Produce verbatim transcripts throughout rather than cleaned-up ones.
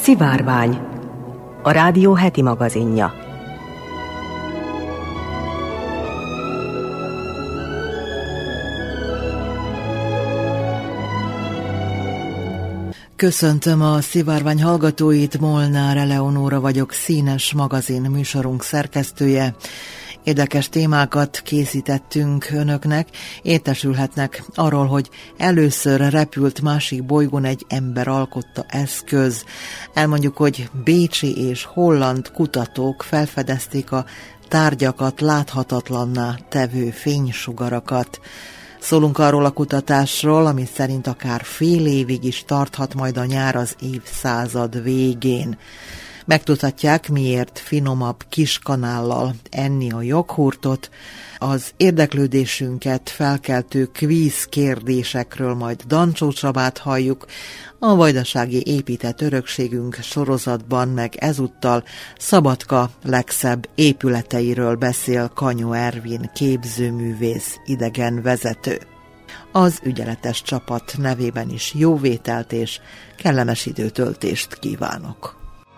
Szivárvány, a rádió heti magazinja. Köszöntöm a Szivárvány hallgatóit, Molnár Eleonóra vagyok, színes magazin műsorunk szerkesztője. Érdekes témákat készítettünk önöknek, értesülhetnek arról, hogy először repült másik bolygón egy ember alkotta eszköz. Elmondjuk, hogy bécsi és holland kutatók felfedezték a tárgyakat láthatatlanná tevő fénysugarakat. Szólunk arról a kutatásról, ami szerint akár fél évig is tarthat majd a nyár az évszázad végén. Megtudhatják, miért finomabb kiskanállal enni a joghurtot, az érdeklődésünket felkeltő kvíz kérdésekről majd Dancsó Csabát halljuk, a vajdasági épített örökségünk sorozatban meg ezúttal Szabadka legszebb épületeiről beszél Kanyó Ervin képzőművész idegenvezető. Az ügyeletes csapat nevében is jó vételt és kellemes időtöltést kívánok!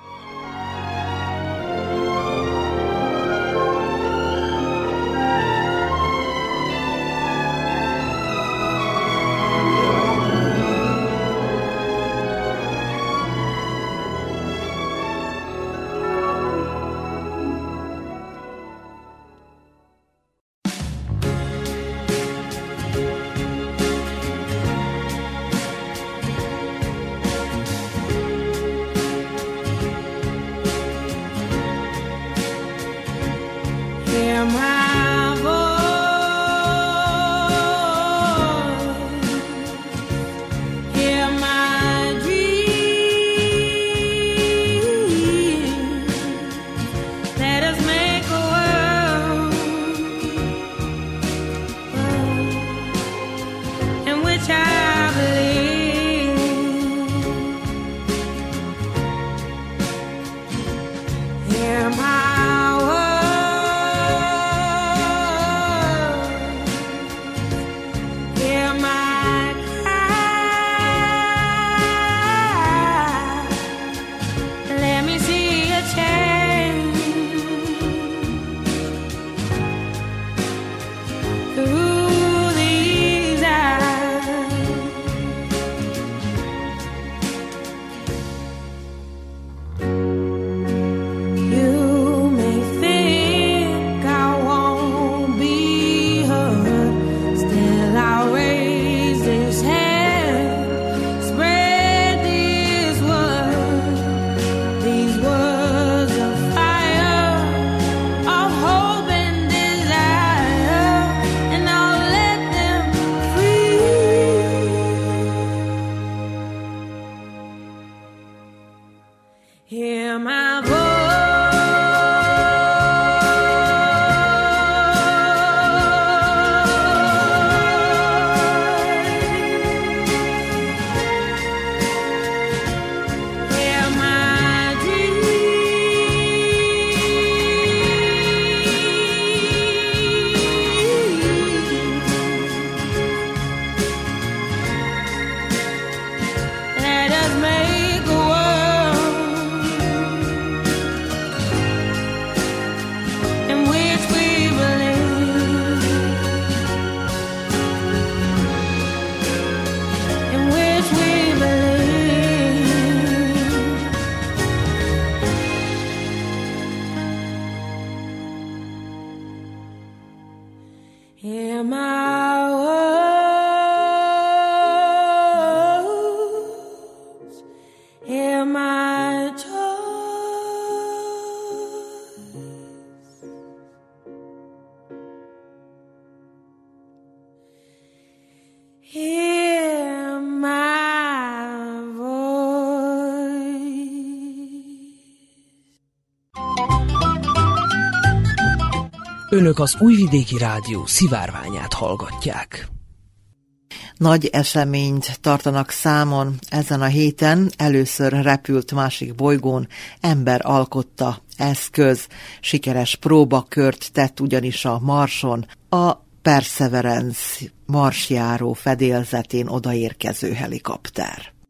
Önök az Újvidéki Rádió szivárványát hallgatják. Nagy eseményt tartanak számon ezen a héten. Először repült másik bolygón ember alkotta eszköz. Sikeres próbakört tett ugyanis a Marson a Perseverance marsjáró fedélzetén odaérkező helikopter.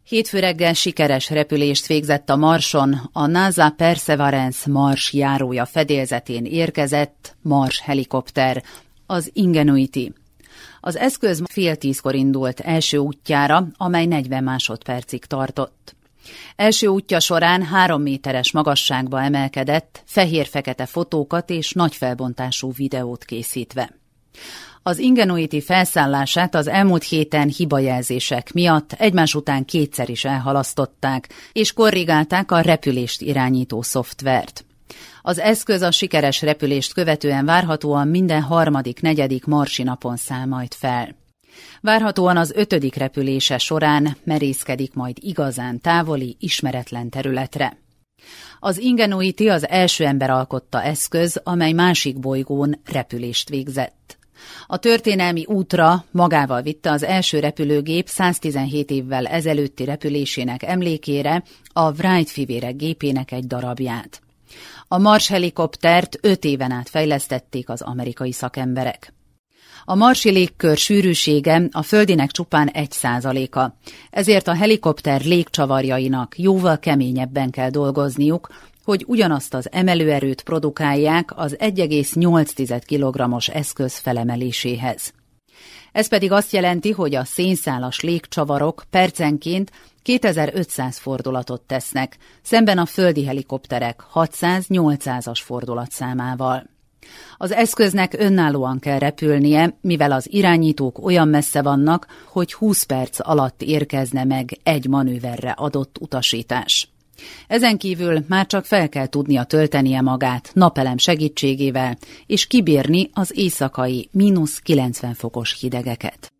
Hétfő reggel sikeres repülést végzett a Marson, a NASA Perseverance Mars járója fedélzetén érkezett Mars helikopter, az Ingenuity. Az eszköz fél tízkor indult első útjára, amely negyven másodpercig tartott. Első útja során három méteres magasságba emelkedett, fehér-fekete fotókat és nagy felbontású videót készítve. Az Ingenuity felszállását az elmúlt héten hibajelzések miatt egymás után kétszer is elhalasztották, és korrigálták a repülést irányító szoftvert. Az eszköz a sikeres repülést követően várhatóan minden harmadik, negyedik marsi napon száll majd fel. Várhatóan az ötödik repülése során merészkedik majd igazán távoli, ismeretlen területre. Az Ingenuity az első ember alkotta eszköz, amely másik bolygón repülést végzett. A történelmi útra magával vitte az első repülőgép száztizenhét évvel ezelőtti repülésének emlékére a Wright fivérek gépének egy darabját. A Mars helikoptert öt éven át fejlesztették az amerikai szakemberek. A marsi légkör sűrűsége a földinek csupán egy százaléka, ezért a helikopter légcsavarjainak jóval keményebben kell dolgozniuk, hogy ugyanazt az emelőerőt produkálják az egy egész nyolc kilogrammos eszköz felemeléséhez. Ez pedig azt jelenti, hogy a szénszálas légcsavarok percenként kétezer-ötszáz fordulatot tesznek, szemben a földi helikopterek hatszáz-nyolcszázas fordulatszámával. Az eszköznek önállóan kell repülnie, mivel az irányítók olyan messze vannak, hogy húsz perc alatt érkezne meg egy manőverre adott utasítás. Ezen kívül már csak fel kell tudnia töltenie magát napelem segítségével, és kibírni az éjszakai mínusz kilencven fokos hidegeket.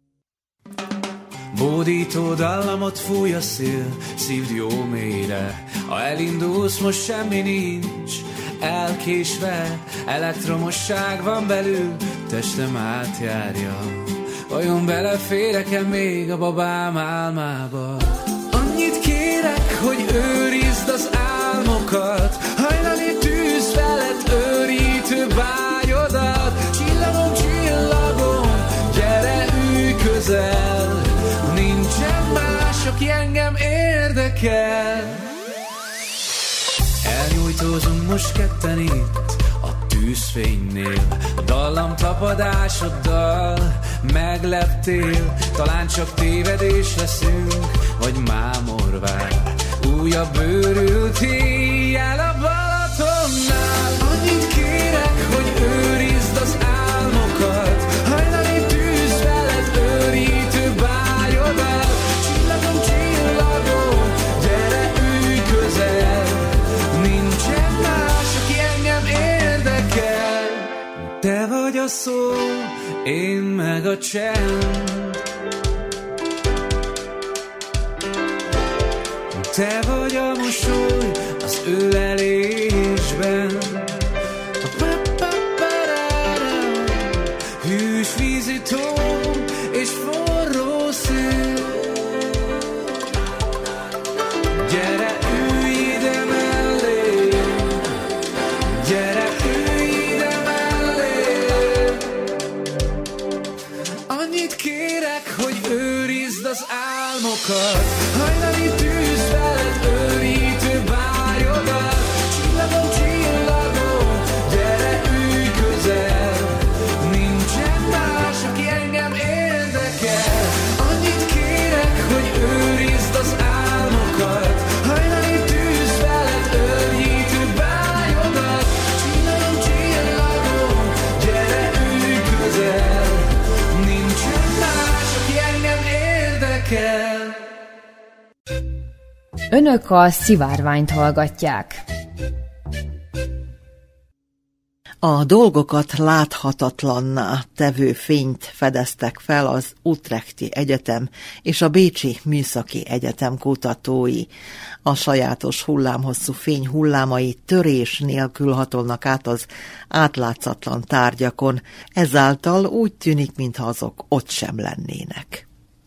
Bódító dallamot fúj a szél, szívd jó mélyre. Ha elindulsz, most semmi nincs elkésve, elektromosság van belül, testem átjárja. Vajon beleférek-e még a babám álmába? Annyit kérek, hogy őrizd az álmokat, hajnali tűz felett őrítő vágyodat. Csillagom, csillagom, gyere ülj közel, nincsen más, aki engem érdekel. Elnyújtózunk most ketten itt a tűzfénynél, dallam tapadásoddal megleptél. Talán csak tévedés leszünk, vagy mámorvár. Újabb őrült éjjel a Balatonnál. Annyit kérek, hogy őrizd az álmokat, hajnali tűz veled őrítő bárjodat. Csillagom, csillagom, gyere ülj közel, nincsen más, aki engem érdekel. Te vagy a szó, én meg a csend. Te vagy a mosoly az ölelésben. Hűs vízi tó és forró szél. Gyere, ülj ide mellé, gyere, ülj ide mellé. Annyit kérek, hogy őrizd az álmokat, hajnali tűz veled őrítő bárjodat. Csillagom, csillagom, gyere ülj közel, nincsen más, aki engem érdekel. Annyit kérek, hogy őrizd az álmokat, hajnali tűz veled őrítő bárjodat. Csillagom, csillagom, gyere ülj közel, nincsen más, aki engem érdekel. Önök a Szivárványt hallgatják. A dolgokat láthatatlanná tevő fényt fedeztek fel az Utrechti Egyetem és a Bécsi Műszaki Egyetem kutatói. A sajátos hullámhosszú fény hullámai törés nélkül hatolnak át az átlátszatlan tárgyakon, ezáltal úgy tűnik, mintha azok ott sem lennének.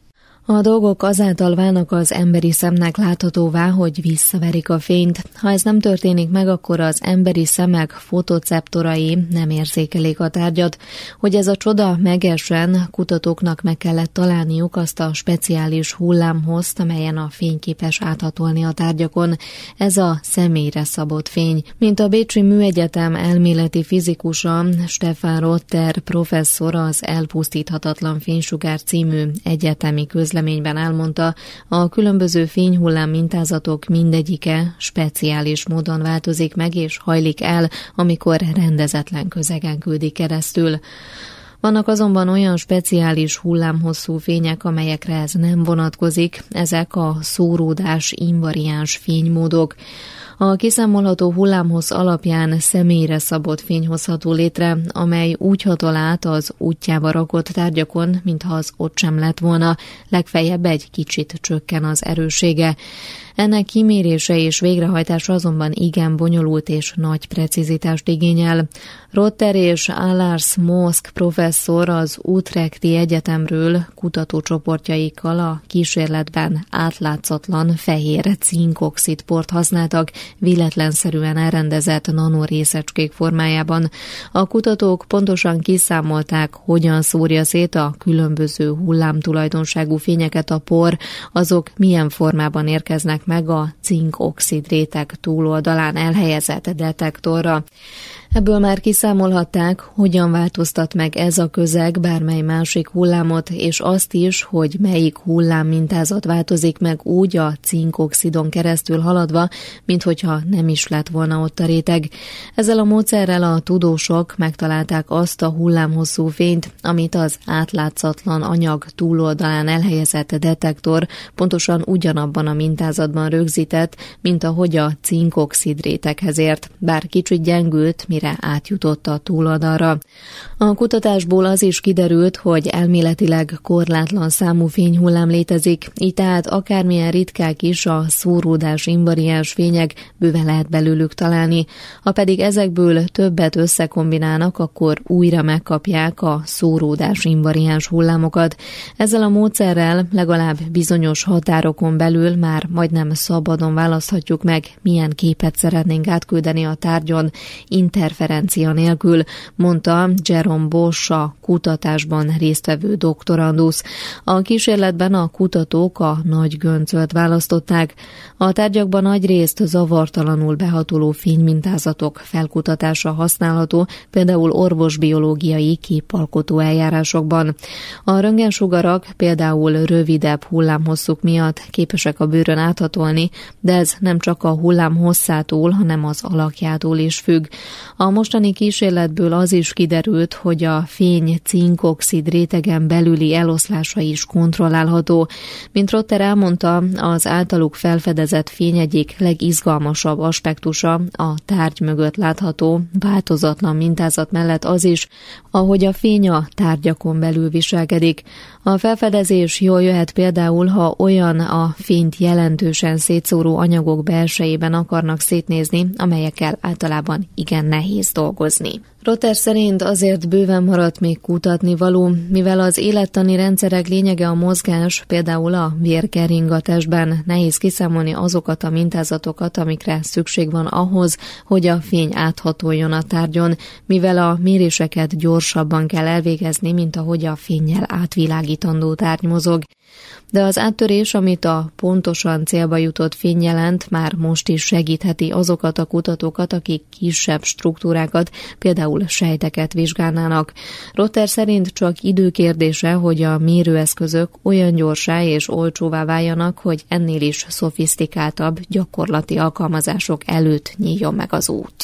A dolgok azáltal válnak az emberi szemnek láthatóvá, hogy visszaverik a fényt. Ha ez nem történik meg, akkor az emberi szemek fotoceptorai nem érzékelik a tárgyat. Hogy ez a csoda megessen, kutatóknak meg kellett találniuk azt a speciális hullámhozt, amelyen a fény képes áthatolni a tárgyakon. Ez a személyre szabott fény. Mint a Bécsi Műegyetem elméleti fizikusa, Stefan Rotter professzor az Elpusztíthatatlan fénysugár című egyetemi közleményben elmondta, a különböző fényhullám mintázatok mindegyike speciális módon változik meg és hajlik el, amikor rendezetlen közegen küldik keresztül. Vannak azonban olyan speciális hullámhosszú fények, amelyekre ez nem vonatkozik, ezek a szóródás invariáns fénymódok. A kiszámolható hullámhossz alapján személyre szabott fény hozható létre, amely úgy hatol át az útjába rakott tárgyakon, mintha az ott sem lett volna, legfeljebb egy kicsit csökken az erőssége. Ennek kimérése és végrehajtása azonban igen bonyolult és nagy precizitást igényel. Rotter és Alars Mosk professzor az Utrechti Egyetemről kutatócsoportjaikkal a kísérletben átlátszatlan fehér cinkoxid port használtak, véletlenszerűen elrendezett nanorészecskék formájában. A kutatók pontosan kiszámolták, hogyan szórja szét a különböző hullámtulajdonságú fényeket a por, azok milyen formában érkeznek meg a cinkoxid réteg túloldalán elhelyezett detektorra. Ebből már kiszámolhatták, hogyan változtat meg ez a közeg bármely másik hullámot, és azt is, hogy melyik hullám mintázat változik meg úgy a cinkoxidon keresztül haladva, minthogyha nem is lett volna ott a réteg. Ezzel a módszerrel a tudósok megtalálták azt a hullámhosszú fényt, amit az átlátszatlan anyag túloldalán elhelyezett detektor pontosan ugyanabban a mintázatban rögzített, mint ahogy a cinkoxid réteghez ért, bár kicsit gyengült, mire átjutott a túloldalra. A kutatásból az is kiderült, hogy elméletileg korlátlan számú fényhullám létezik, így tehát akármilyen ritkák is a szóródás invariáns fények, bőven lehet belőlük találni. Ha pedig ezekből többet összekombinálnak, akkor újra megkapják a szóródás invariáns hullámokat. Ezzel a módszerrel legalább bizonyos határokon belül már majdnem szabadon választhatjuk meg, milyen képet szeretnénk átküldeni a tárgyon, interferencia nélkül, mondta Jerome Bosch, a kutatásban résztvevő doktorandusz. A kísérletben a kutatók a nagy göncölt választották. A tárgyakban nagyrészt zavartalanul behatoló fénymintázatok felkutatása használható, például orvosbiológiai képalkotó eljárásokban. A röntgensugarak például rövidebb hullámhosszuk miatt képesek a bőrön áthatolni, de ez nem csak a hullám hosszától, hanem az alakjától is függ. A mostani kísérletből az is kiderült, hogy a fény cinkoxid rétegen belüli eloszlása is kontrollálható. Mint Rotter elmondta, az általuk felfedezett fény egyik legizgalmasabb aspektusa a tárgy mögött látható változatlan mintázat mellett az is, ahogy a fény a tárgyakon belül viselkedik. A felfedezés jól jöhet például, ha olyan a fényt jelentősen szétszóró anyagok belsejében akarnak szétnézni, amelyekkel általában igen nehéz dolgozni. Rotter szerint azért bőven maradt még kutatni való, mivel az élettani rendszerek lényege a mozgás, például a vérkeringatásban nehéz kiszámolni azokat a mintázatokat, amikre szükség van ahhoz, hogy a fény áthatoljon a tárgyon, mivel a méréseket gyorsabban kell elvégezni, mint ahogy a fénnyel átvilágítandó tárgy mozog. De az áttörés, amit a pontosan célba jutott fény jelent, már most is segítheti azokat a kutatókat, akik kisebb struktúrákat, például sejteket vizsgálnának. Rotter szerint csak időkérdése, hogy a mérőeszközök olyan gyorsá és olcsóvá váljanak, hogy ennél is szofisztikáltabb gyakorlati alkalmazások előtt nyíljon meg az út.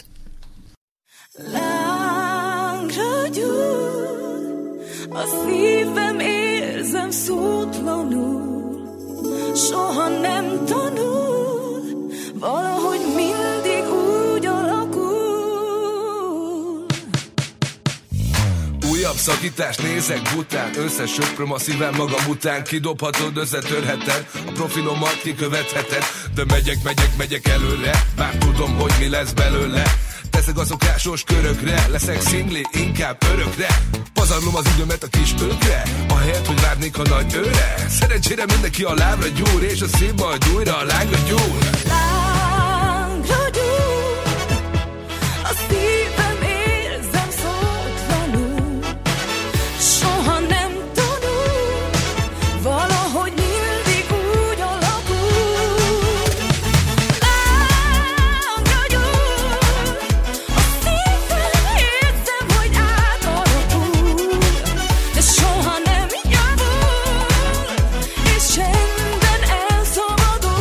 Lángra gyúl, a szívem érzem szótlanul, soha nem tanul, valahogy mindig úgy alakul. Újabb szakítást nézek bután, összesöpröm a szívem magam után, kidobhatod, összetörheted, a profilomat kikövetheted, de megyek, megyek, megyek előre, bár tudom, hogy mi lesz belőle. Teszed a szokásos körökre. Leszek szingli, inkább örökre. Pazarlom az időmet a kis ökre, ahelyett, hogy várnék a nagy őre. Szerencsére mindenki a lábra gyúr, és a szív majd újra a lángra gyúr. Lángra gyúr, a szívem érzem szótlanul. Soha nem tanul, valahogy mindig úgy alakul. Lángra gyúr, a szívem érzem, hogy átalakul. De soha nem javul, és csendben elszabadul.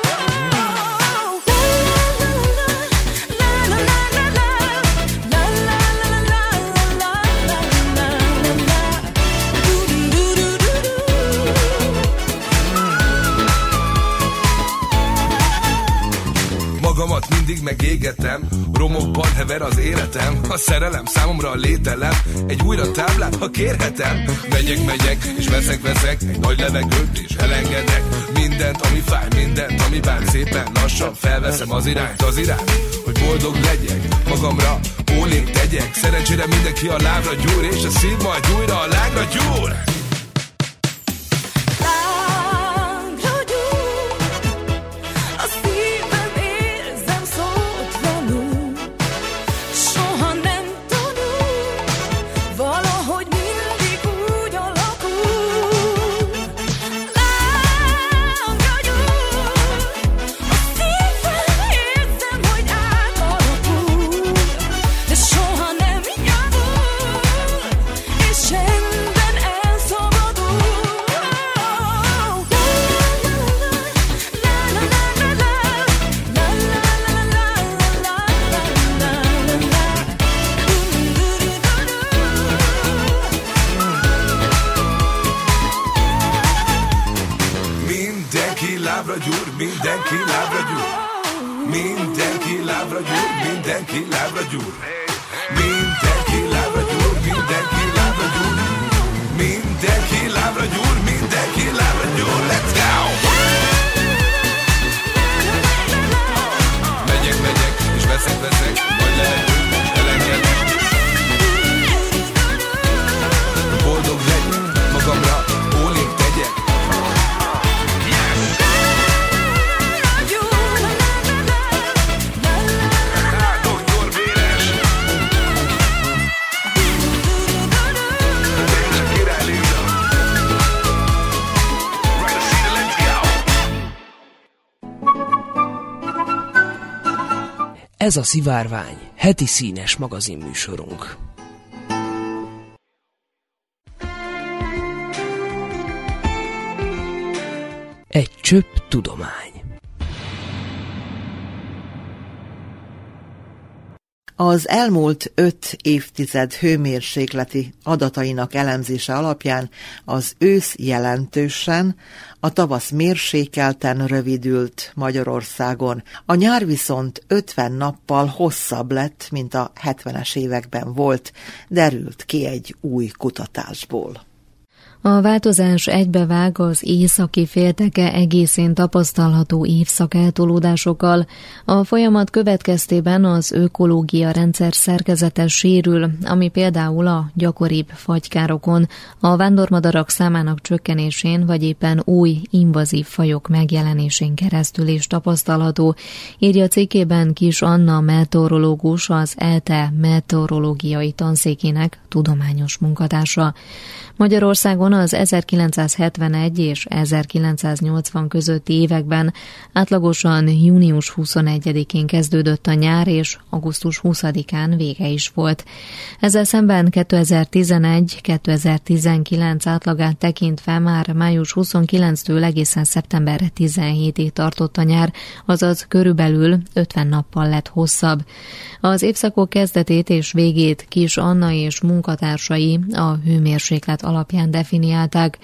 Magamat mindig megégetem, romokban hever az életem. A szerelem számomra a lételem, egy újra táblát, ha kérhetem. Megyek, megyek, és veszek, veszek egy nagy levegőt, és elengedek mindent, ami fáj, mindent, ami bánt. Szépen lassan felveszem az irányt, az irányt, hogy boldog legyek, magamra ólét tegyek. Szerencsére mindenki a lábra gyúr, és a szív majd újra a lángra gyúr. Lángra gyúr, a szívem érzem szótlanul. Soha nem tanul, valahogy mindig úgy alakul. Lángra gyúr, a szívem érzem, hogy átalakul. De soha nem javul, és csendben elszabadul. Mindenki lábra gyúr, mindenki lábra gyúr. Mindenki lábra gyúr, mindenki lábra gyúr. Mindenki lábra gyúr, mindenki lábra gyúr. Mindenki lábra gyúr, mindenki lábra gyúr. Let's go! Megyek, megyek, és veszek, veszek, majd levegőt elengedek. Boldog legyek, magamra ólét tegyek. Doktor Véres. Béres király Linda. Right, see, let's go! Ez a Szivárvány, heti színes magazinműsorunk. Egy csöpp tudomány. Az elmúlt öt évtized hőmérsékleti adatainak elemzése alapján az ősz jelentősen, a tavasz mérsékelten rövidült Magyarországon. A nyár viszont ötven nappal hosszabb lett, mint a hetvenes években volt, derült ki egy új kutatásból. A változás egybevág az északi félteke egészén tapasztalható évszakeltolódásokkal. A folyamat következtében az ökológia rendszer szerkezete sérül, ami például a gyakoribb fagykárokon, a vándormadarak számának csökkenésén vagy éppen új invazív fajok megjelenésén keresztül is tapasztalható, írja cikkében Kis Anna meteorológus, az é e té e meteorológiai tanszékének tudományos munkatársa. Magyarországon az ezerkilencszázhetvenegy és ezerkilencszáznyolcvan közötti években átlagosan június huszonegyedikén kezdődött a nyár, és augusztus huszadikán vége is volt. Ezzel szemben kétezer-tizenegy kétezer-tizenkilenc átlagát tekintve már május huszonkilencedikétől egészen szeptember tizenhetedikéig tartott a nyár, azaz körülbelül ötven nappal lett hosszabb. Az évszakok kezdetét és végét Kis Anna és munkatársai a hőmérséklet alapján definiálták.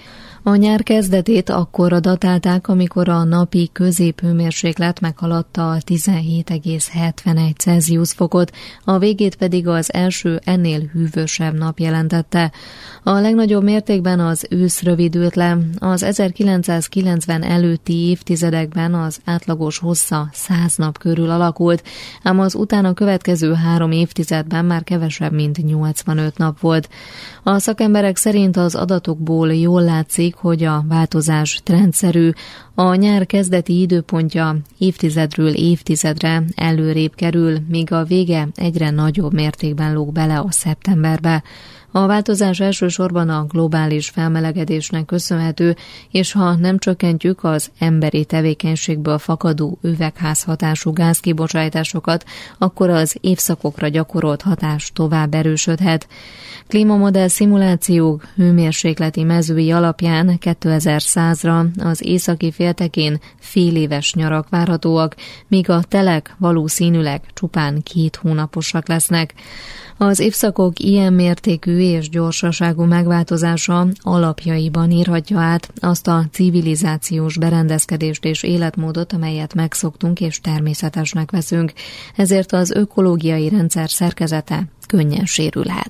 A nyár kezdetét akkorra datálták, amikor a napi középhőmérséklet meghaladta a tizenhét egész hetvenegy Celsius fokot, a végét pedig az első ennél hűvösebb nap jelentette. A legnagyobb mértékben az ősz rövidült le, az ezerkilencszázkilencven előtti évtizedekben az átlagos hossza száz nap körül alakult, ám az utána következő három évtizedben már kevesebb, mint nyolcvanöt nap volt. A szakemberek szerint az adatokból jól látszik, hogy a változás trendszerű, a nyár kezdeti időpontja évtizedről évtizedre előrébb kerül, míg a vége egyre nagyobb mértékben lóg bele a szeptemberbe. A változás elsősorban a globális felmelegedésnek köszönhető, és ha nem csökkentjük az emberi tevékenységből fakadó üvegházhatású gázkibocsátásokat, akkor az évszakokra gyakorolt hatás tovább erősödhet. Klímamodell szimulációk hőmérsékleti mezői alapján kétezer-százra az északi féltekén féléves nyarak várhatóak, míg a telek valószínűleg csupán két hónaposak lesznek. Az évszakok ilyen mértékű és gyorsaságú megváltozása alapjaiban írhatja át azt a civilizációs berendezkedést és életmódot, amelyet megszoktunk és természetesnek veszünk, ezért az ökológiai rendszer szerkezete könnyen sérülhet.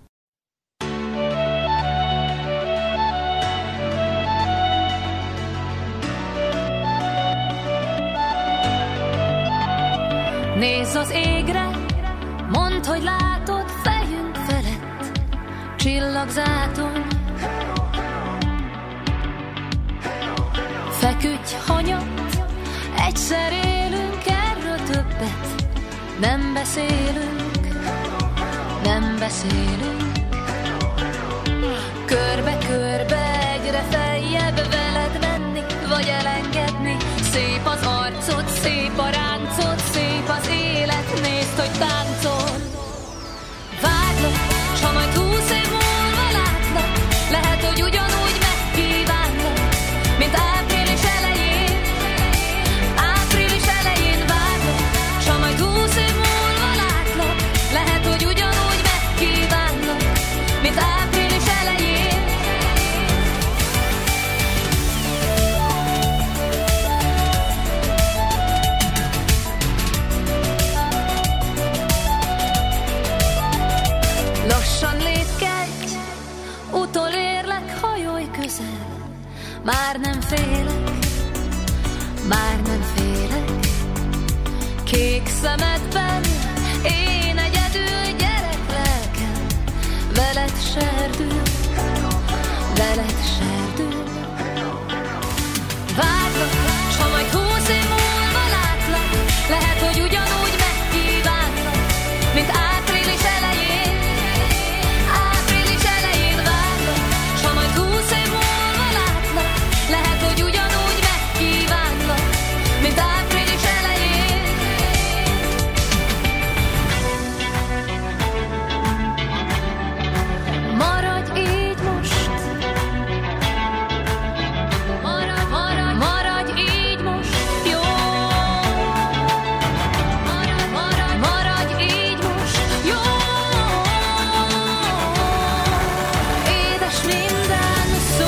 Nézz az égre, mondd, hogy látod fejünk felett csillagzátony. Feküdj hanyat, egyszer élünk, erről többet nem beszélünk, nem beszélünk. Körbe-körbe egyre feljebb veled menni, vagy elengedni. Szép az arcod, szép a ráncod, szép az élet, nézd, hogy táncol. Várlak, s ha majd húsz év múlva látlak, lehet, hogy ugyanúgy megkívánlak, mint április elején. Április elején várlak, s ha majd húsz év múlva látlak, lehet, hogy ugyanúgy megkívánlak, mint április elején. Lassan lépkedj, utolérlek, hajolj közel. Már nem félek, már nem félek. Kék szemedben én egyedül, gyerek lelkem, veled serdül, veled serdül. Várlak, s ha majd húsz év múlva látlak, lehet, hogy ugyanúgy megkívánlak, mint április elején. Április elején várlak, s ha majd húsz év múlva látlak, lehet, hogy ugyanúgy megkívánlak, mint április elején. Maradj így most, maradj, maradj, maradj így most, jó. Maradj, maradj, maradj így most, jó. Édes minden szó.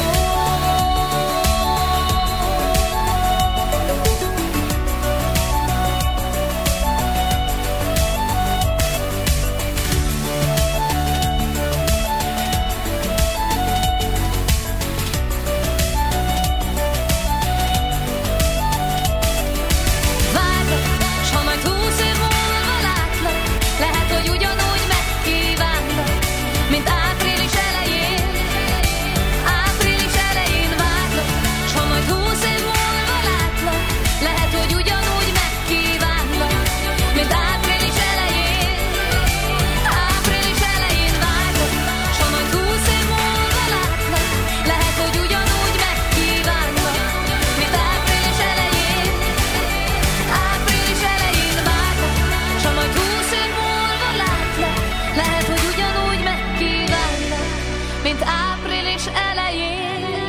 Várlak, s ha majd húsz év múlva látlak, lehet, hogy ugyanúgy megkívánlak, mint április elején. Április elején várlak, s ha majd húsz év múlva látlak, lehet, hogy ugyanúgy megkívánlak, mint április elején. Április elején várlak, s ha majd húsz év múlva látlak, lehet, hogy ugyanúgy megkívánlak, mint április elején. Április elején várlak, s ha majd húsz év múlva látlak, lehet, hogy ugyanúgy megkívánlak, mint április elején.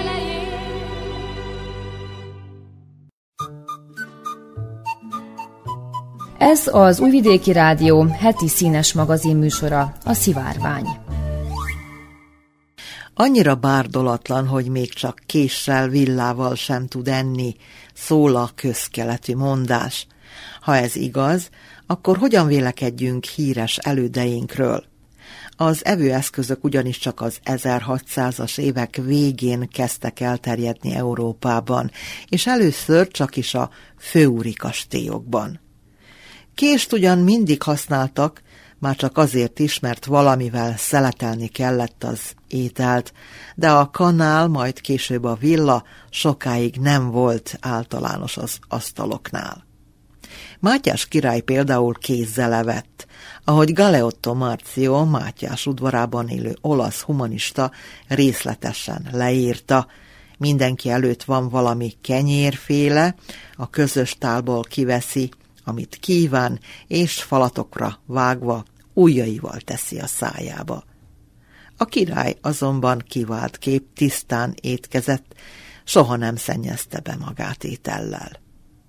Ez az Újvidéki Rádió heti színes magazin műsora, a Szivárvány. Annyira bárdolatlan, hogy még csak késsel, villával sem tud enni, szól a közkeletű mondás. Ha ez igaz, akkor hogyan vélekedjünk híres elődeinkről? Az evőeszközök ugyanis csak az ezerhatszázas évek végén kezdtek elterjedni Európában, és először csak is a főúri kastélyokban. Kést ugyan mindig használtak, már csak azért is, mert valamivel szeletelni kellett az ételt, de a kanál, majd később a villa sokáig nem volt általános az asztaloknál. Mátyás király például kézzel evett, ahogy Galeotto Marcio, Mátyás udvarában élő olasz humanista részletesen leírta. Mindenki előtt van valami kenyérféle, a közös tálból kiveszi, amit kíván, és falatokra vágva ujjaival teszi a szájába. A király azonban kivált kép tisztán étkezett, soha nem szennyezte be magát étellel.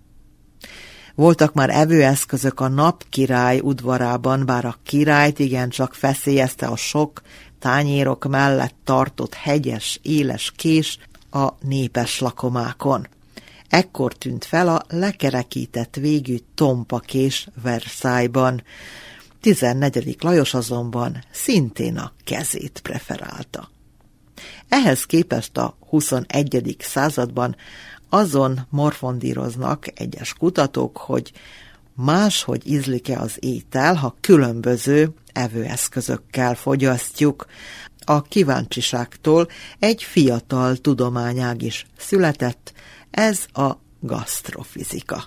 Voltak már evőeszközök a napkirály udvarában, bár a királyt igencsak feszélyezte a sok tányérok mellett tartott hegyes, éles kés a népes lakomákon. Ekkor tűnt fel a lekerekített végű tompakés Versailles-ban. tizennegyedik Lajos azonban szintén a kezét preferálta. Ehhez képest a huszonegyedik században azon morfondíroznak egyes kutatók, hogy máshogy ízlik-e az étel, ha különböző evőeszközökkel fogyasztjuk. A kíváncsiságtól egy fiatal tudományág is született, ez a gasztrofizika.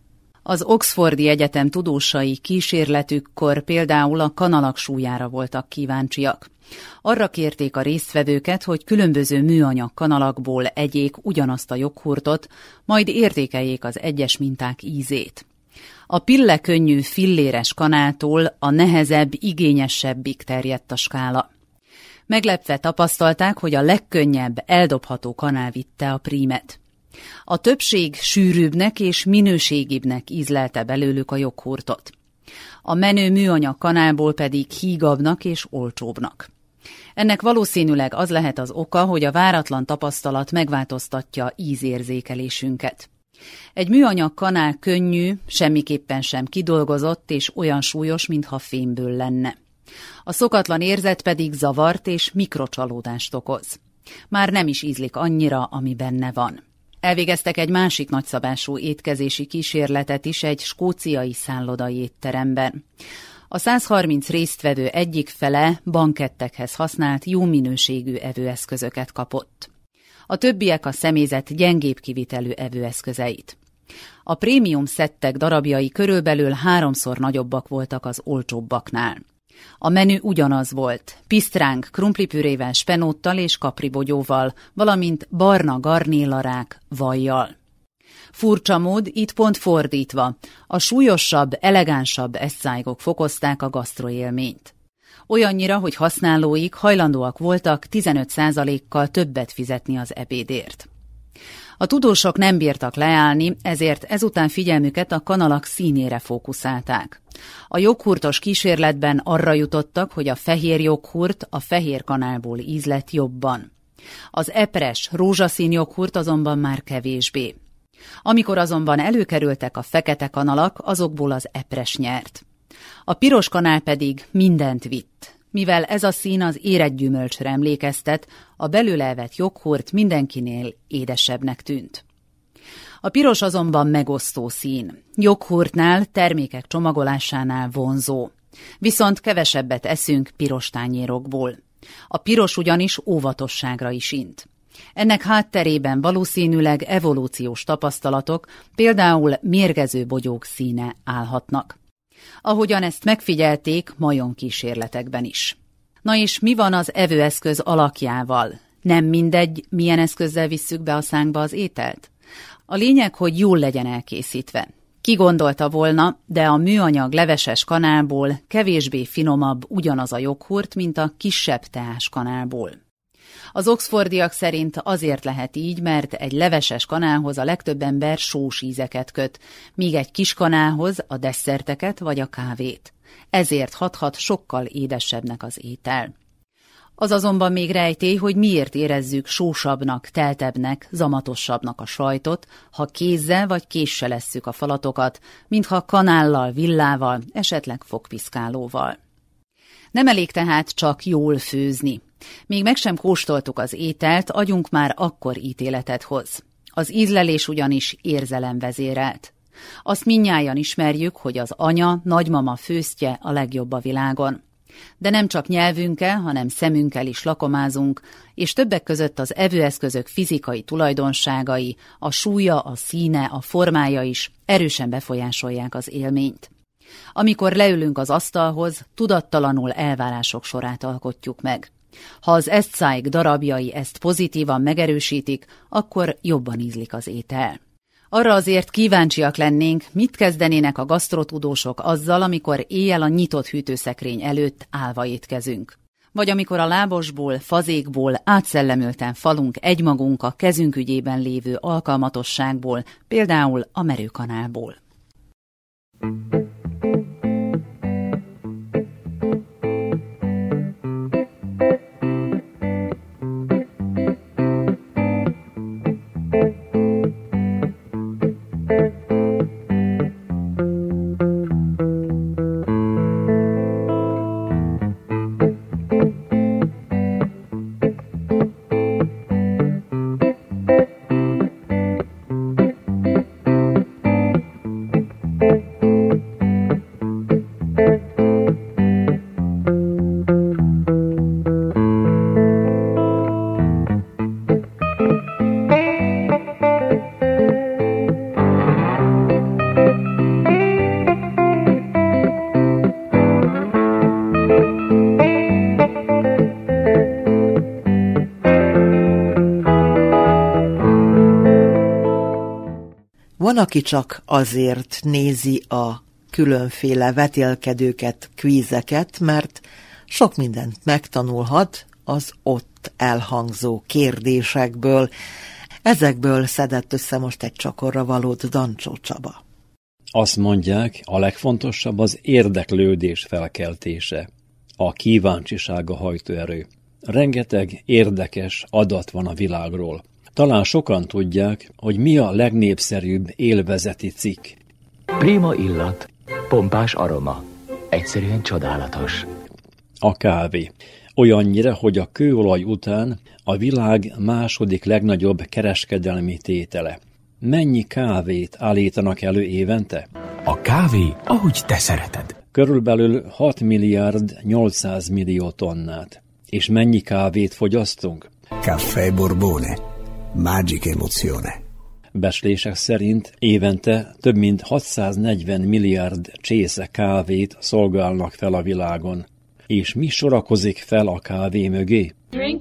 Az Oxfordi Egyetem tudósai kísérletükkor például a kanalak súlyára voltak kíváncsiak. Arra kérték a résztvevőket, hogy különböző műanyag kanalakból egyék ugyanazt a joghurtot, majd értékeljék az egyes minták ízét. A pillekönnyű filléres kanáltól a nehezebb, igényesebbig terjedt a skála. Meglepve tapasztalták, hogy a legkönnyebb, eldobható kanál vitte a prímet. A többség sűrűbbnek és minőségibbnek ízlelte belőlük a joghurtot. A menő műanyag kanálból pedig hígabbnak és olcsóbbnak. Ennek valószínűleg az lehet az oka, hogy a váratlan tapasztalat megváltoztatja ízérzékelésünket. Egy műanyag kanál könnyű, semmiképpen sem kidolgozott és olyan súlyos, mintha fémből lenne. A szokatlan érzet pedig zavart és mikrocsalódást okoz. Már nem is ízlik annyira, ami benne van. Elvégeztek egy másik nagyszabású étkezési kísérletet is egy skóciai szállodai étteremben. A százharminc résztvevő egyik fele bankettekhez használt jó minőségű evőeszközöket kapott. A többiek a személyzet gyengébb kivitelű evőeszközeit. A prémium szettek darabjai körülbelül háromszor nagyobbak voltak az olcsóbbaknál. A menü ugyanaz volt, pisztránk krumplipürével, spenóttal és kapribogyóval, valamint barna garnélarák vajjal. Furcsa mód, itt pont fordítva, a súlyosabb, elegánsabb eszszájgok fokozták a gasztroélményt. Olyannyira, hogy használóik hajlandóak voltak tizenöt százalékkal többet fizetni az ebédért. A tudósok nem bírtak leállni, ezért ezután figyelmüket a kanalak színére fókuszálták. A joghurtos kísérletben arra jutottak, hogy a fehér joghurt a fehér kanálból ízlett jobban. Az epres, rózsaszín joghurt azonban már kevésbé. Amikor azonban előkerültek a fekete kanalak, azokból az epres nyert. A piros kanál pedig mindent vitt. Mivel ez a szín az érett gyümölcsre emlékeztet, a belőle evett joghurt mindenkinél édesebbnek tűnt. A piros azonban megosztó szín. Joghurtnál, termékek csomagolásánál vonzó. Viszont kevesebbet eszünk piros tányérokból. A piros ugyanis óvatosságra is int. Ennek hátterében valószínűleg evolúciós tapasztalatok, például mérgező bogyók színe állhatnak. Ahogyan ezt megfigyelték majomkísérletekben is. Na és mi van az evőeszköz alakjával? Nem mindegy, milyen eszközzel visszük be a szánkba az ételt? A lényeg, hogy jól legyen elkészítve. Ki gondolta volna, de a műanyag leveses kanálból kevésbé finomabb ugyanaz a joghurt, mint a kisebb teás kanálból. Az oxfordiak szerint azért lehet így, mert egy leveses kanálhoz a legtöbb ember sós ízeket köt, míg egy kis kanálhoz a desszerteket vagy a kávét. Ezért hathat sokkal édesebbnek az étel. Az azonban még rejtély, hogy miért érezzük sósabbnak, teltebbnek, zamatosabbnak a sajtot, ha kézzel vagy késsel esszük a falatokat, mintha kanállal, villával, esetleg fogpiszkálóval. Nem elég tehát csak jól főzni. Még meg sem kóstoltuk az ételt, agyunk már akkor ítéletet hoz. Az ízlelés ugyanis érzelemvezérelt. Azt mindnyájan ismerjük, hogy az anya, nagymama főztje a legjobb a világon. De nem csak nyelvünkkel, hanem szemünkkel is lakomázunk, és többek között az evőeszközök fizikai tulajdonságai, a súlya, a színe, a formája is erősen befolyásolják az élményt. Amikor leülünk az asztalhoz, tudattalanul elvárások sorát alkotjuk meg. Ha az eszcáig darabjai ezt pozitívan megerősítik, akkor jobban ízlik az étel. Arra azért kíváncsiak lennénk, mit kezdenének a gasztrotudósok azzal, amikor éjjel a nyitott hűtőszekrény előtt állva étkezünk. Vagy amikor a lábosból, fazékból átszellemülten falunk egymagunk a kezünk ügyében lévő alkalmatosságból, például a merőkanálból. Van, aki csak azért nézi a különféle vetélkedőket, kvízeket, mert sok mindent megtanulhat az ott elhangzó kérdésekből. Ezekből szedett össze most egy csakorra valót Dancsó Csaba. Azt mondják, a legfontosabb az érdeklődés felkeltése, a kíváncsiság a hajtóerő. Rengeteg érdekes adat van a világról. Talán sokan tudják, hogy mi a legnépszerűbb élvezeti cikk. Prima illat, pompás aroma, egyszerűen csodálatos. A kávé. Olyannyira, hogy a kőolaj után a világ második legnagyobb kereskedelmi tétele. Mennyi kávét állítanak elő évente? A kávé, ahogy te szereted. Körülbelül hat milliárd nyolcszáz millió tonnát. És mennyi kávét fogyasztunk? Caffè Borbone. Magica emozione. Becslések szerint évente több mint hatszáznegyven milliárd csésze kávét szolgálnak fel a világon. És mi sorakozik fel a kávé mögé?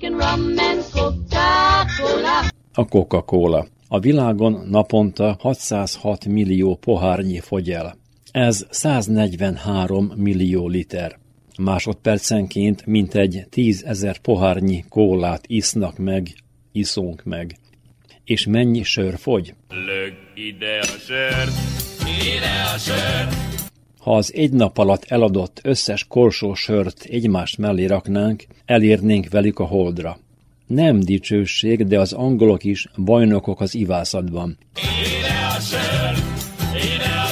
A Coca-Cola. A világon naponta hatszázhat millió pohárnyi fogy el. Ez száznegyvenhárom millió liter. Másodpercenként mintegy tízezer pohárnyi kólát isznak meg, iszunk meg. És mennyi sör fogy? Lög ide a sört, ide a sört. Ha az egy nap alatt eladott összes korsó sört egymás mellé raknánk, elérnénk velük a holdra. Nem dicsőség, de az angolok is bajnokok az ivászatban. Ide a sört, ide a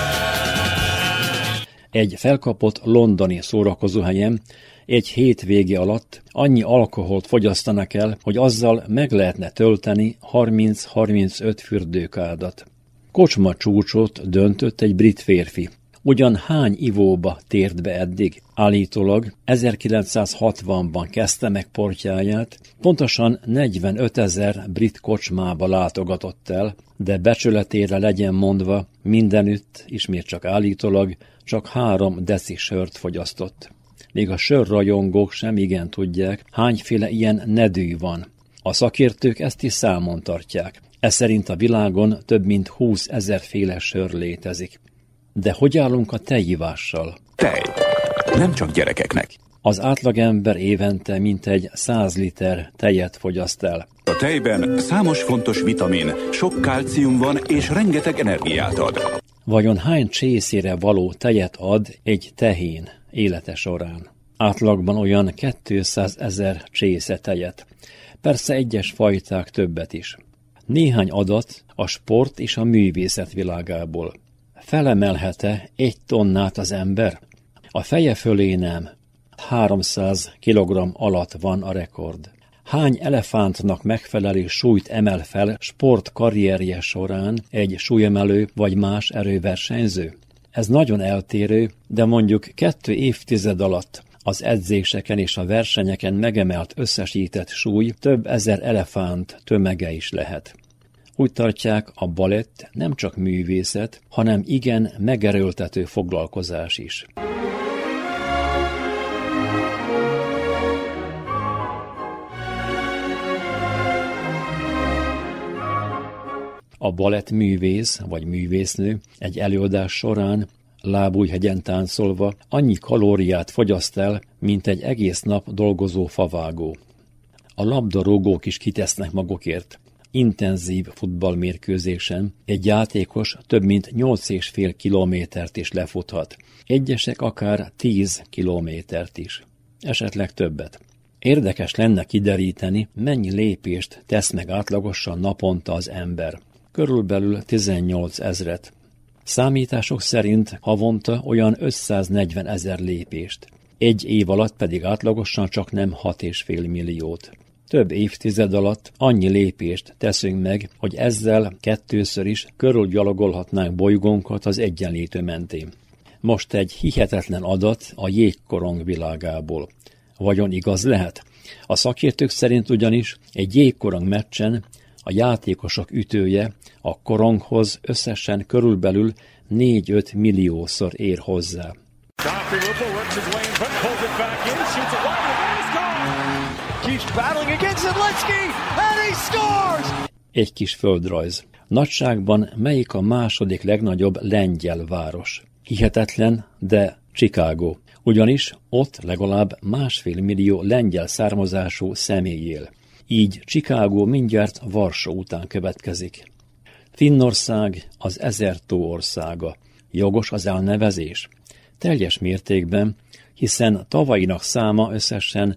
sört. Egy felkapott londoni szórakozóhelyen egy hétvége alatt annyi alkoholt fogyasztanak el, hogy azzal meg lehetne tölteni harminc-harmincöt fürdőkádat. Kocsma csúcsot döntött egy brit férfi. Ugyan hány ivóba tért be eddig? Állítólag ezerkilencszázhatvanban kezdte meg portyáját, pontosan negyvenötezer brit kocsmába látogatott el, de becsületére legyen mondva, mindenütt, ismét csak állítólag, csak három deci sört fogyasztott. Még a sörrajongók sem igen tudják, hányféle ilyen nedű van. A szakértők ezt is számon tartják. Ez szerint a világon több mint húszezer féle sör létezik. De hogy állunk a tejivással? Tej. Nem csak gyerekeknek. Az átlagember évente mintegy száz liter tejet fogyaszt el. A tejben számos fontos vitamin, sok kalcium van és rengeteg energiát ad. Vajon hány csészére való tejet ad egy tehén élete során? átlagban olyan kétszázezer csésze tejet. Persze egyes fajták többet is. Néhány adat a sport és a művészet világából. Felemelhet-e egy tonnát az ember? A feje fölé nem. háromszáz kilogramm alatt van a rekord. Hány elefántnak megfelelő súlyt emel fel sport karrierje során egy súlyemelő vagy más erőversenyző? Ez nagyon eltérő, de mondjuk kettő évtized alatt az edzéseken és a versenyeken megemelt összesített súly több ezer elefánt tömege is lehet. Úgy tartják, a balett nem csak művészet, hanem igen megerőltető foglalkozás is. A balett művész vagy művésznő egy előadás során lábújhegyen táncolva annyi kalóriát fogyaszt el, mint egy egész nap dolgozó favágó. A labdarúgók is kitesznek magukért. Intenzív futballmérkőzésen egy játékos több mint nyolc és fél kilométert is lefuthat. Egyesek akár tíz kilométert is. Esetleg többet. Érdekes lenne kideríteni, mennyi lépést tesz meg átlagosan naponta az ember. Körülbelül tizennyolc ezret. Számítások szerint havonta olyan ötszáznegyven ezer lépést. Egy év alatt pedig átlagosan csak nem hat és fél milliót. Több évtized alatt annyi lépést teszünk meg, hogy ezzel kettőször is körülgyalogolhatnánk bolygónkat az egyenlítő mentén. Most egy hihetetlen adat a jégkorong világából. Vajon igaz lehet? A szakértők szerint ugyanis egy jégkorong meccsen a játékosok ütője a koronghoz összesen körülbelül négy-öt milliószor ér hozzá. Egy kis földrajz. Nagyságban melyik a második legnagyobb lengyel város? Hihetetlen, de Chicago. Ugyanis ott legalább másfél millió lengyel származású személy él. Így Chicago mindjárt Varsó után következik. Finnország az ezer tó országa. Jogos az elnevezés? Teljes mértékben, hiszen tavainak száma összesen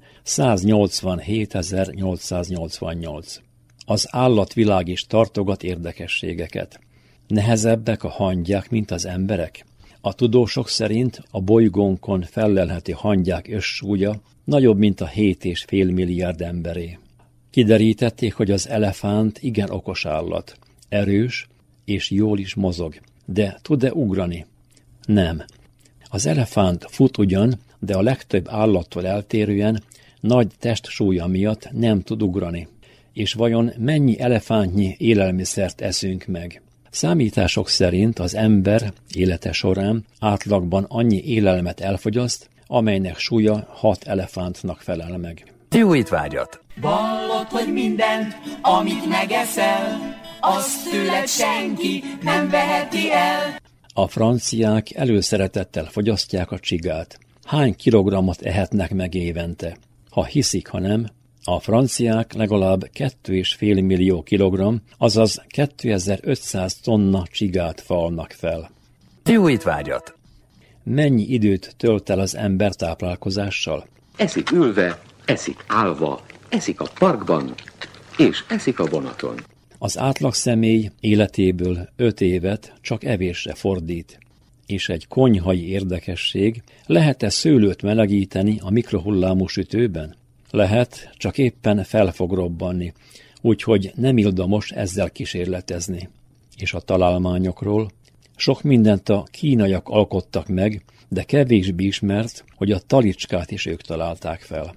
száznyolcvanhétezer-nyolcszáznyolcvannyolc. Az állatvilág is tartogat érdekességeket. Nehezebbek a hangyák, mint az emberek. A tudósok szerint a bolygónkon fellelhető hangyák összsúlya nagyobb, mint a hét és fél milliárd emberé. Kiderítették, hogy az elefánt igen okos állat, erős és jól is mozog, de tud-e ugrani? Nem. Az elefánt fut ugyan, de a legtöbb állattól eltérően nagy testsúlya miatt nem tud ugrani. És vajon mennyi elefántnyi élelmiszert eszünk meg? Számítások szerint az ember élete során átlagban annyi élelmet elfogyaszt, amelynek súlya hat elefántnak felel meg. Jó étvágyat! Vallod, hogy mindent, amit megeszel, azt tőled senki nem veheti el. A franciák előszeretettel fogyasztják a csigát. Hány kilogrammot ehetnek meg évente? Ha hiszik, ha nem, a franciák legalább két és fél millió kilogramm, azaz kétezer-ötszáz tonna csigát falnak fel. Jó étvágyat! Mennyi időt tölt el az ember táplálkozással? Eszik ülve, eszik állva, eszik a parkban, és eszik a vonaton. Az átlagszemély életéből öt évet csak evésre fordít. És egy konyhai érdekesség, lehet-e szőlőt melegíteni a mikrohullámú sütőben? Lehet, csak éppen fel fog robbanni, úgyhogy nem ildomos ezzel kísérletezni. És a találmányokról? Sok mindent a kínaiak alkottak meg, de kevésbé ismert, hogy a talicskát is ők találták fel.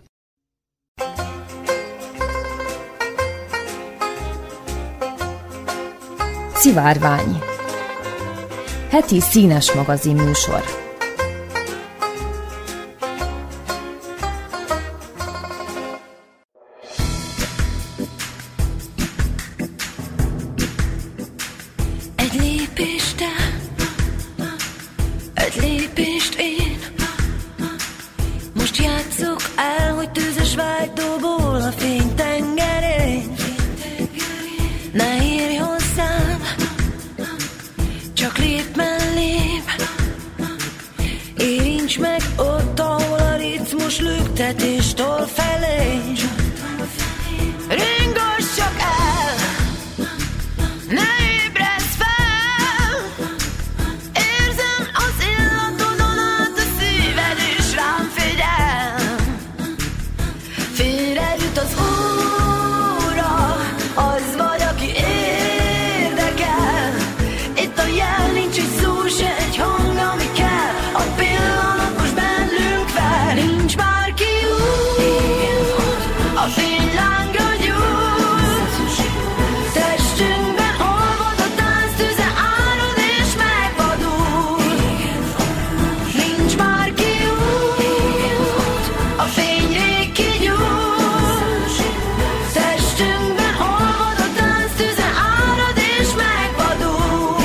Szivárvány. Heti színes magazin műsor. Egy lépést te, egy lépést én. Most játsszuk el, hogy tűzes vágydóból a fény tengerén. Ne írj hozzám, csak lép mellém. Érints meg ott, ahol a ritmus most lüktetéstől felé. Ringass csak el, ne ébredsz fel. Érzem az illatodon át a szíved is rám figyel. Félrejut az óra, az vagy, aki érdekel. Itt a jel, nincs egy szó, se egy hang, ami kell. A pillanat most bennünk fel. Nincs bárki út, a fénylángra gyújt. Testünkben olvad a tánctüze, árad és megvadul. Nincs bárki út, a fényrég kigyújt. Testünkben olvad a tánctüze, árad és megvadul.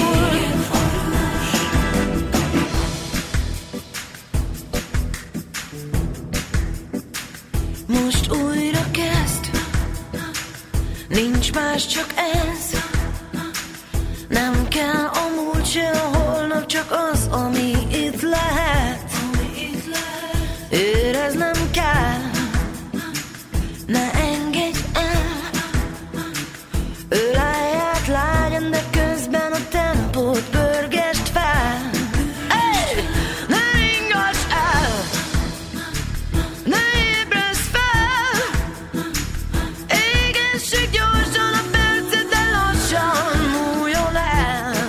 Most újra kezd, nincs más, csak ez. Nem kell a múlt se a holnap, csak az, ami itt lehet. Éreznem kell, ne engedj el. Ölelj át lágyan, de közben a tempót pörgesd fel. Hey! Ne ingass el, ne ébredsz fel. Égessük gyorsan a percet, de lassan múljon el.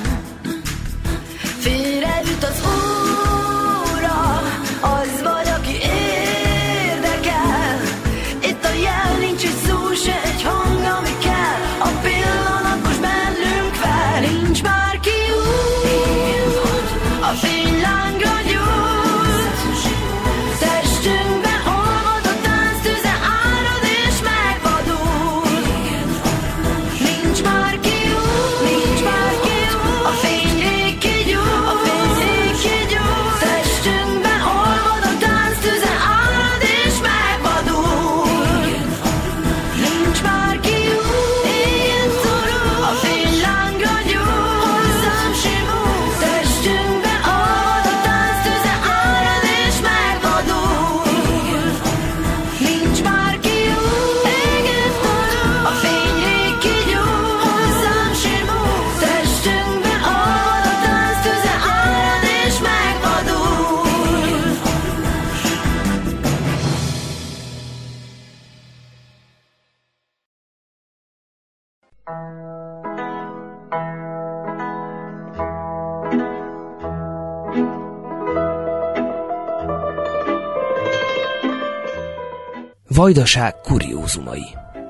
Félrejut az óra, az vagy, aki érdekel. Itt a jel, nincs egy szó, se egy hang, ami kell. A pillanat most bennünk fel. Nincs bárki út, a fénylángra gyújt. Testünkben olvad a tánctüze, árad és megvadul. Nincs bárki út, nincs bárki út, a fényrég kigyújt. A fényrég kigyújt. Testünkben olvad a tánctüze, árad és megvadul. Nincs bárki út, éjjel szorul, a fénylángra gyújt. Hozzám simul, testünkben olvad a tánctüze, árad és megvadul. Nincs bárki út, éjjel szorul, a fényrég kigyújt. Hozzám simul, testünkben olvad a tánctüze, árad és megvadul. Vajdaság kuriózumai.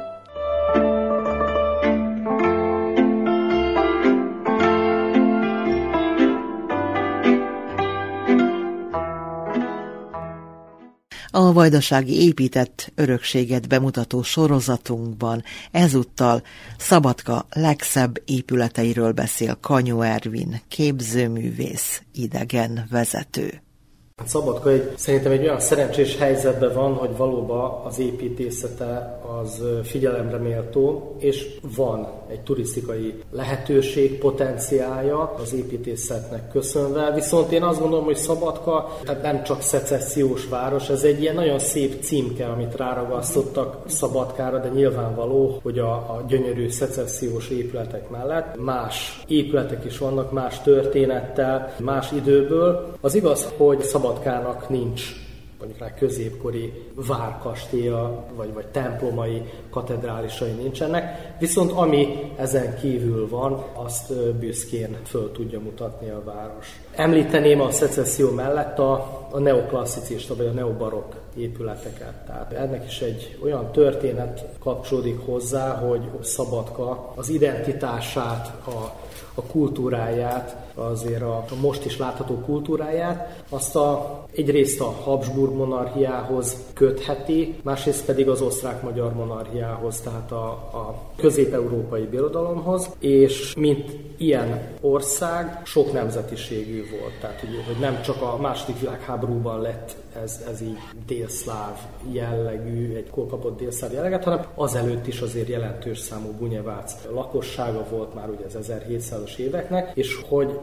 A vajdasági épített örökséget bemutató sorozatunkban ezúttal Szabadka legszebb épületeiről beszél Kanyó Ervin, képzőművész, idegen vezető. Szabadka egy, szerintem egy olyan szerencsés helyzetben van, hogy valóban az építészete az figyelemre méltó, és van egy turisztikai lehetőség, potenciálja az építészetnek köszönve. Viszont én azt gondolom, hogy Szabadka tehát nem csak szecessziós város, ez egy ilyen nagyon szép címke, amit ráragasztottak Szabadkára, de nyilvánvaló, hogy a, a gyönyörű szecessziós épületek mellett más épületek is vannak, más történettel, más időből. Az igaz, hogy Szabadkának nincs mondjuk rá középkori várkastélya, vagy, vagy templomai, katedrálisai nincsenek, viszont ami ezen kívül van, azt büszkén föl tudja mutatni a város. Említeném a szecesszió mellett a, a neoklasszicista, vagy a neobarokk épületeket. Tehát ennek is egy olyan történet kapcsolódik hozzá, hogy Szabadka az identitását, a a kultúráját, azért a, a most is látható kultúráját, azt a, egyrészt a Habsburg monarchiához kötheti, másrészt pedig az osztrák-magyar monarchiához, tehát a, a közép-európai birodalomhoz, és mint ilyen ország sok nemzetiségű volt. Tehát, hogy nem csak a második világháborúban lett ez, ez így délszláv jellegű, egy kapott délszláv jelleget, hanem azelőtt is azért jelentős számú bunyevác lakossága volt már ugye az ezerhétszázas éveknek, és hogy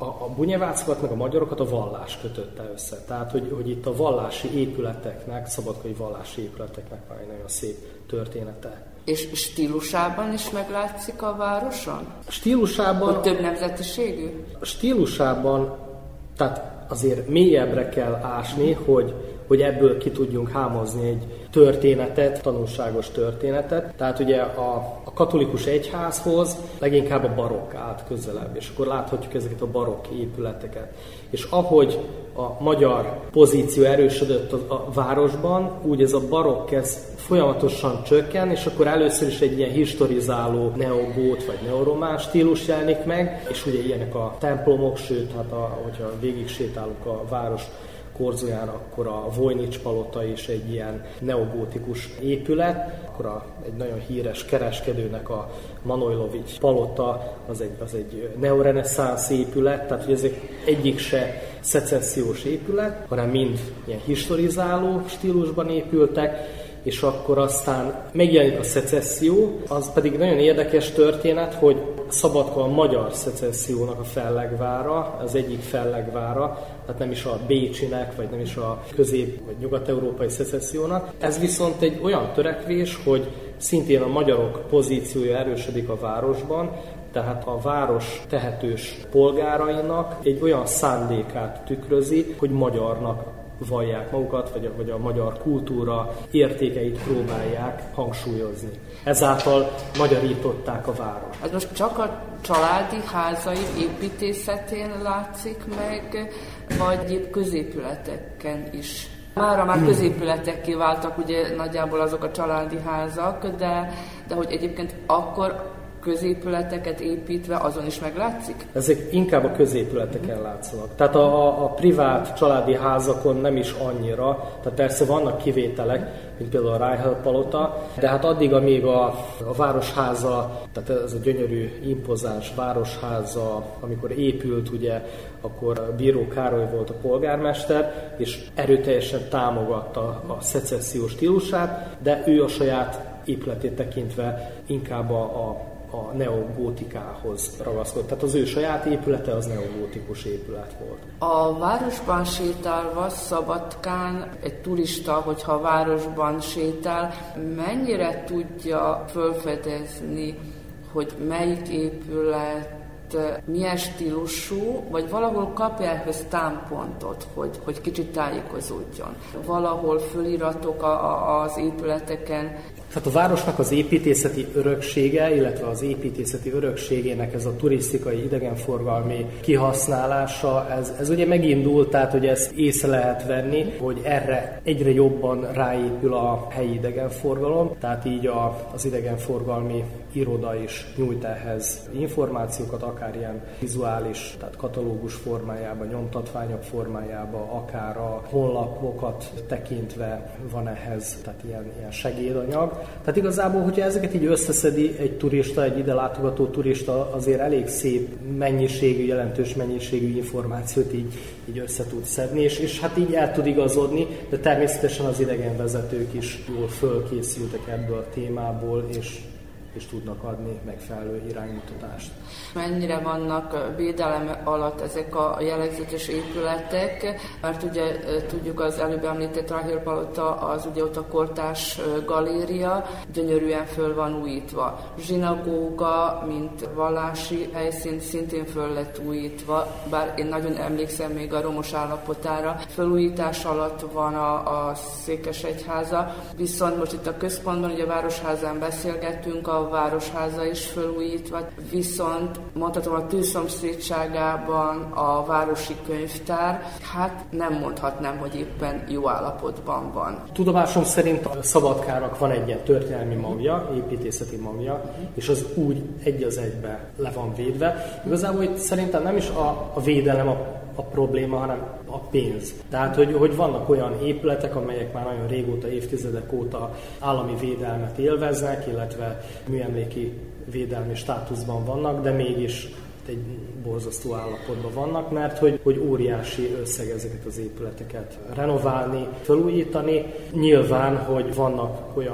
A, a bunyevácokat meg a magyarokat a vallás kötötte össze. Tehát, hogy, hogy itt a vallási épületeknek, szabadkai vallási épületeknek van egy nagyon szép története. És stílusában is meglátszik a városon? Stílusában... Hogy több nemzetiségű? Stílusában, tehát azért mélyebbre kell ásni, hogy, hogy ebből ki tudjunk hámozni egy történetet, tanulságos történetet. Tehát ugye a, a katolikus egyházhoz leginkább a barokk állt közelebb, és akkor láthatjuk ezeket a barokk épületeket. És ahogy a magyar pozíció erősödött a, a városban, úgy ez a barokk ez folyamatosan csökken, és akkor először is egy ilyen historizáló neogót vagy neoromán stílus jelenik meg, és ugye ilyenek a templomok, sőt, hát a, hogyha végig sétálunk a város korzóján, akkor a Vojnics palota is egy ilyen neogótikus épület, akkor a, egy nagyon híres kereskedőnek a Manojlovics palota, az egy, az egy neoreneszánsz épület, tehát hogy ezek egyik se szecessziós épület, hanem mind ilyen historizáló stílusban épültek, és akkor aztán megjelenik a szecesszió, az pedig nagyon érdekes történet, hogy Szabadka a magyar szecessziónak a fellegvára, az egyik fellegvára, tehát nem is a bécsinek, vagy nem is a közép- vagy nyugat-európai szecessziónak. Ez viszont egy olyan törekvés, hogy szintén a magyarok pozíciója erősödik a városban, tehát a város tehetős polgárainak egy olyan szándékát tükrözi, hogy magyarnak vallják magukat, vagy a, vagy a magyar kultúra értékeit próbálják hangsúlyozni. Ezáltal magyarították a város. Ez most csak a családi házai építészetén látszik meg, vagy épp középületeken is? Mára már középületekké váltak ugye nagyjából azok a családi házak, de, de hogy egyébként akkor középületeket építve azon is meglátszik? Ezek inkább a középületeken látszanak. Tehát a, a, a privát családi házakon nem is annyira, tehát persze vannak kivételek, mint például a Reichel palota, de hát addig, amíg a, a városháza, tehát ez a gyönyörű, impozáns városháza, amikor épült, ugye, akkor Bíró Károly volt a polgármester, és erőteljesen támogatta a szecessziós stílusát, de ő a saját épületét tekintve inkább a, a a neogótikához ragaszkodott. Tehát az ő saját épülete az neogótikus épület volt. A városban sétálva Szabadkán egy turista, hogyha a városban sétál, mennyire tudja felfedezni, hogy melyik épület milyen stílusú, vagy valahol kapja ehhez támpontot, hogy, hogy kicsit tájékozódjon. Valahol föliratok a, a, az épületeken. Tehát a városnak az építészeti öröksége, illetve az építészeti örökségének ez a turisztikai idegenforgalmi kihasználása, ez, ez ugye megindult, tehát hogy ezt észre lehet venni, hogy erre egyre jobban ráépül a helyi idegenforgalom, tehát így a, az idegenforgalmi iroda is nyújt ehhez információkat, akár ilyen vizuális, tehát katalógus formájában, nyomtatványok formájában, akár a honlapokat tekintve van ehhez, tehát ilyen, ilyen segédanyag. Tehát igazából, hogyha ezeket így összeszedi egy turista, egy ide látogató turista, azért elég szép mennyiségű, jelentős mennyiségű információt így, így össze tud szedni, és, és hát így el tud igazodni, de természetesen az idegenvezetők is jól fölkészültek ebből a témából, és és tudnak adni megfelelő iránymutatást. Mennyire vannak védelem alatt ezek a jellegzetes épületek, mert ugye tudjuk az előbb említett Reichel palota, az ugye ott a kortárs galéria, gyönyörűen föl van újítva. Zsinagóga, mint vallási helyszín szintén föl lett újítva, bár én nagyon emlékszem még a romos állapotára. Fölújítás alatt van a, a székesegyháza, viszont most itt a központban, ugye a Városházán beszélgettünk, a Városháza is felújítva, viszont mondhatom a tűzszomszédságában a városi könyvtár, hát nem mondhatnám, hogy éppen jó állapotban van. Tudomásom szerint a Szabadkának van egy ilyen történelmi magja, építészeti magja, és az úgy egy az egybe le van védve. Igazából itt szerintem nem is a, a védelem a, a probléma, hanem a pénz. Tehát, hogy, hogy vannak olyan épületek, amelyek már nagyon régóta, évtizedek óta állami védelmet élveznek, illetve műemléki védelmi státuszban vannak, de mégis egy borzasztó állapotban vannak, mert hogy, hogy óriási összeg ezeket az épületeket renoválni, felújítani. Nyilván, hogy vannak olyan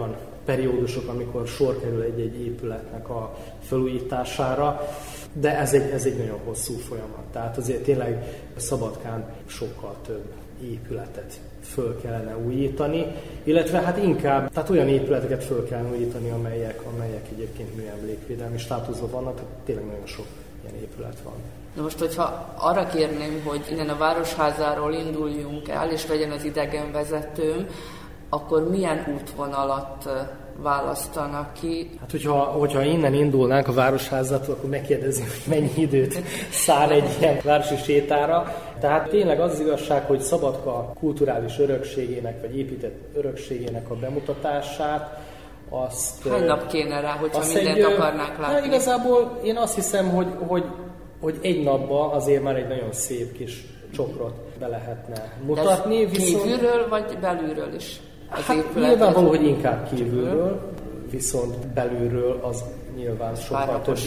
periódusok, amikor sor kerül egy-egy épületnek a felújítására, de ez egy, ez egy nagyon hosszú folyamat. Tehát azért tényleg Szabadkán sokkal több épületet föl kellene újítani, illetve hát inkább tehát olyan épületeket föl kellene újítani, amelyek, amelyek egyébként műemlékvédelmi státuszban vannak, tehát tényleg nagyon sok ilyen épület van. Na most, hogyha arra kérném, hogy innen a Városházáról induljunk el, és legyen az idegenvezetőm, akkor milyen útvonalat választanak ki? Hát, hogyha, hogyha innen indulnánk a Városházától, akkor megkérdezzük, hogy mennyi időt szán egy ilyen városi sétára. Tehát tényleg az, az igazság, hogy Szabadka kulturális örökségének, vagy épített örökségének a bemutatását, azt... Hány nap kéne rá, hogyha mindent egy, akarnánk látni? Hát igazából én azt hiszem, hogy, hogy, hogy egy napban azért már egy nagyon szép kis csokrot be lehetne mutatni. De viszont... kívülről, vagy belülről is? Hát nyilvánvaló, hogy inkább kívülről, viszont belülről az nyilván sokkal több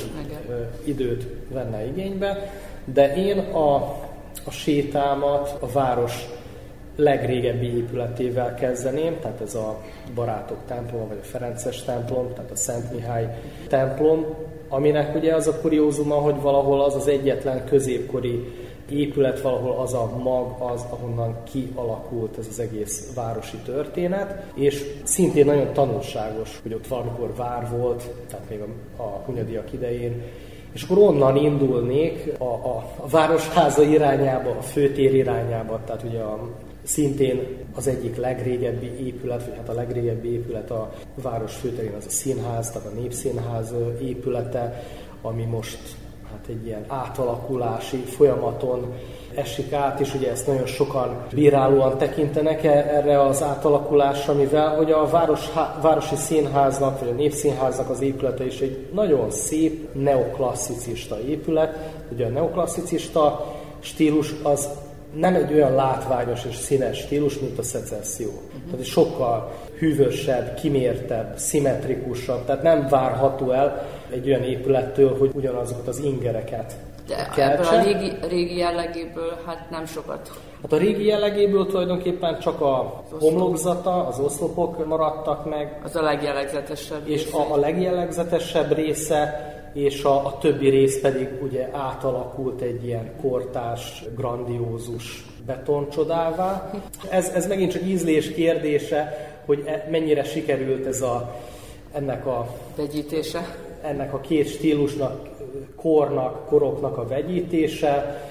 időt venne igénybe, de én a, a sétámat a város legrégebbi épületével kezdeném, tehát ez a Barátok temploma, vagy a Ferences templom, tehát a Szent Mihály templom, aminek ugye az a kuriózuma, hogy valahol az az egyetlen középkori épület, valahol az a mag az, ahonnan kialakult ez az egész városi történet, és szintén nagyon tanulságos, hogy ott valamikor vár volt, tehát még a, a Hunyadiak idején, és akkor onnan indulnék a, a, a Városháza irányába, a főtér irányába, tehát ugye a, szintén az egyik legrégebbi épület, vagy hát a legrégebbi épület a város főterén az a színház, tehát a Népszínház épülete, ami most hát egy ilyen átalakulási folyamaton esik át, és ugye ezt nagyon sokan bírálóan tekintenek erre az átalakulásra, mivel hogy a város, városi színháznak, vagy a Népszínháznak az épülete is egy nagyon szép neoklasszicista épület. Ugye a neoklasszicista stílus az nem egy olyan látványos és színes stílus, mint a szecesszió. Uh-huh. Tehát sokkal hűvösebb, kimértebb, szimmetrikusabb, tehát nem várható el egy olyan épülettől, hogy ugyanazokat az ingereket de keltse. Ebből a régi, régi jellegéből hát nem sokat. Hát a régi jellegéből tulajdonképpen csak a homlokzata, az oszlopok maradtak meg. Az a legjellegzetesebb És része. a, a legjellegzetesebb része, és a, a többi rész pedig ugye átalakult egy ilyen kortárs, grandiózus betoncsodává. Ez, ez megint csak ízlés kérdése, hogy mennyire sikerült ez a, ennek a vegyítése. ennek a két stílusnak, kornak, koroknak a vegyítése,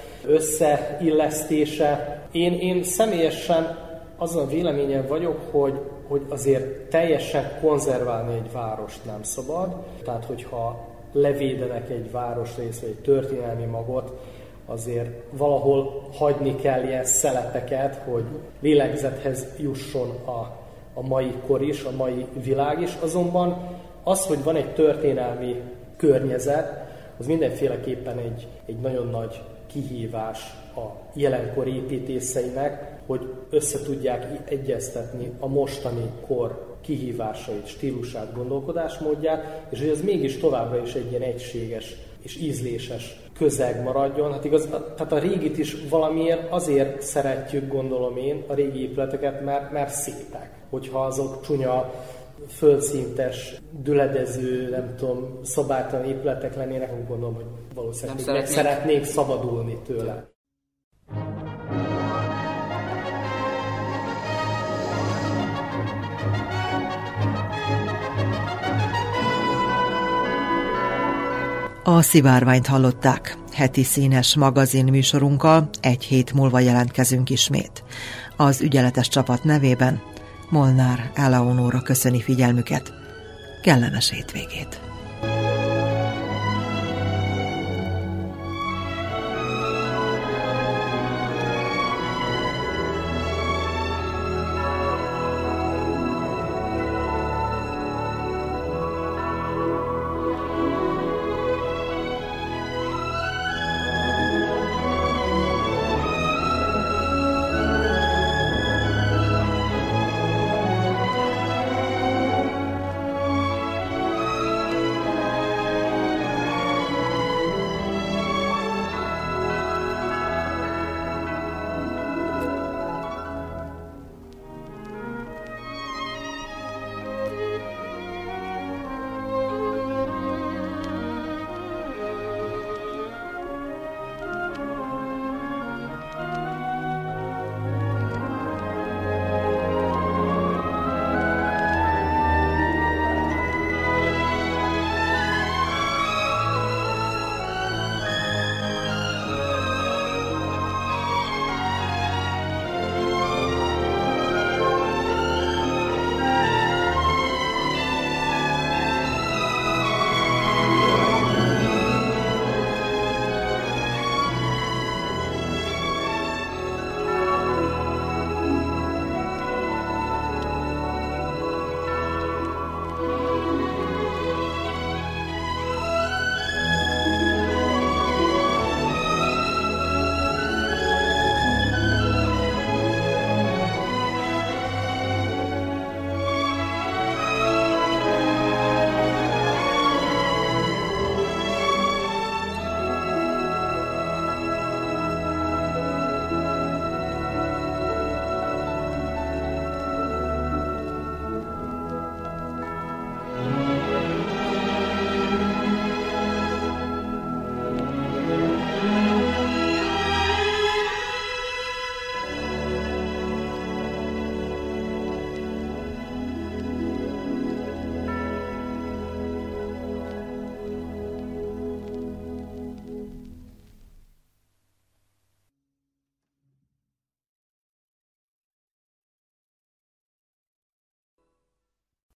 összeillesztése. Én, én személyesen azon a véleményen vagyok, hogy, hogy azért teljesen konzerválni egy várost nem szabad. Tehát, hogyha levédenek egy városrészt, vagy egy történelmi magot, azért valahol hagyni kell ilyen szeleteket, hogy lélegzethez jusson a, a mai kor is, a mai világ is. Azonban az, hogy van egy történelmi környezet, az mindenféleképpen egy, egy nagyon nagy kihívás a jelenkor építészeinek, hogy össze tudják egyeztetni a mostani kor kihívásait, stílusát, gondolkodásmódját, és hogy ez mégis továbbra is egy ilyen egységes és ízléses közeg maradjon. Hát igaz, tehát a régit is valamiért azért szeretjük, gondolom én, a régi épületeket, mert, mert szépek. Hogyha azok csúnya, földszintes, düledező, nem tudom, szabálytalan épületek lennének, akkor gondolom, hogy valószínűleg szeretnék. szeretnék szabadulni tőle. A Szivárványt hallották. Heti színes magazin műsorunkkal egy hét múlva jelentkezünk ismét. Az ügyeletes csapat nevében Molnár Eleonóra köszöni figyelmüket. Kellemes hétvégét!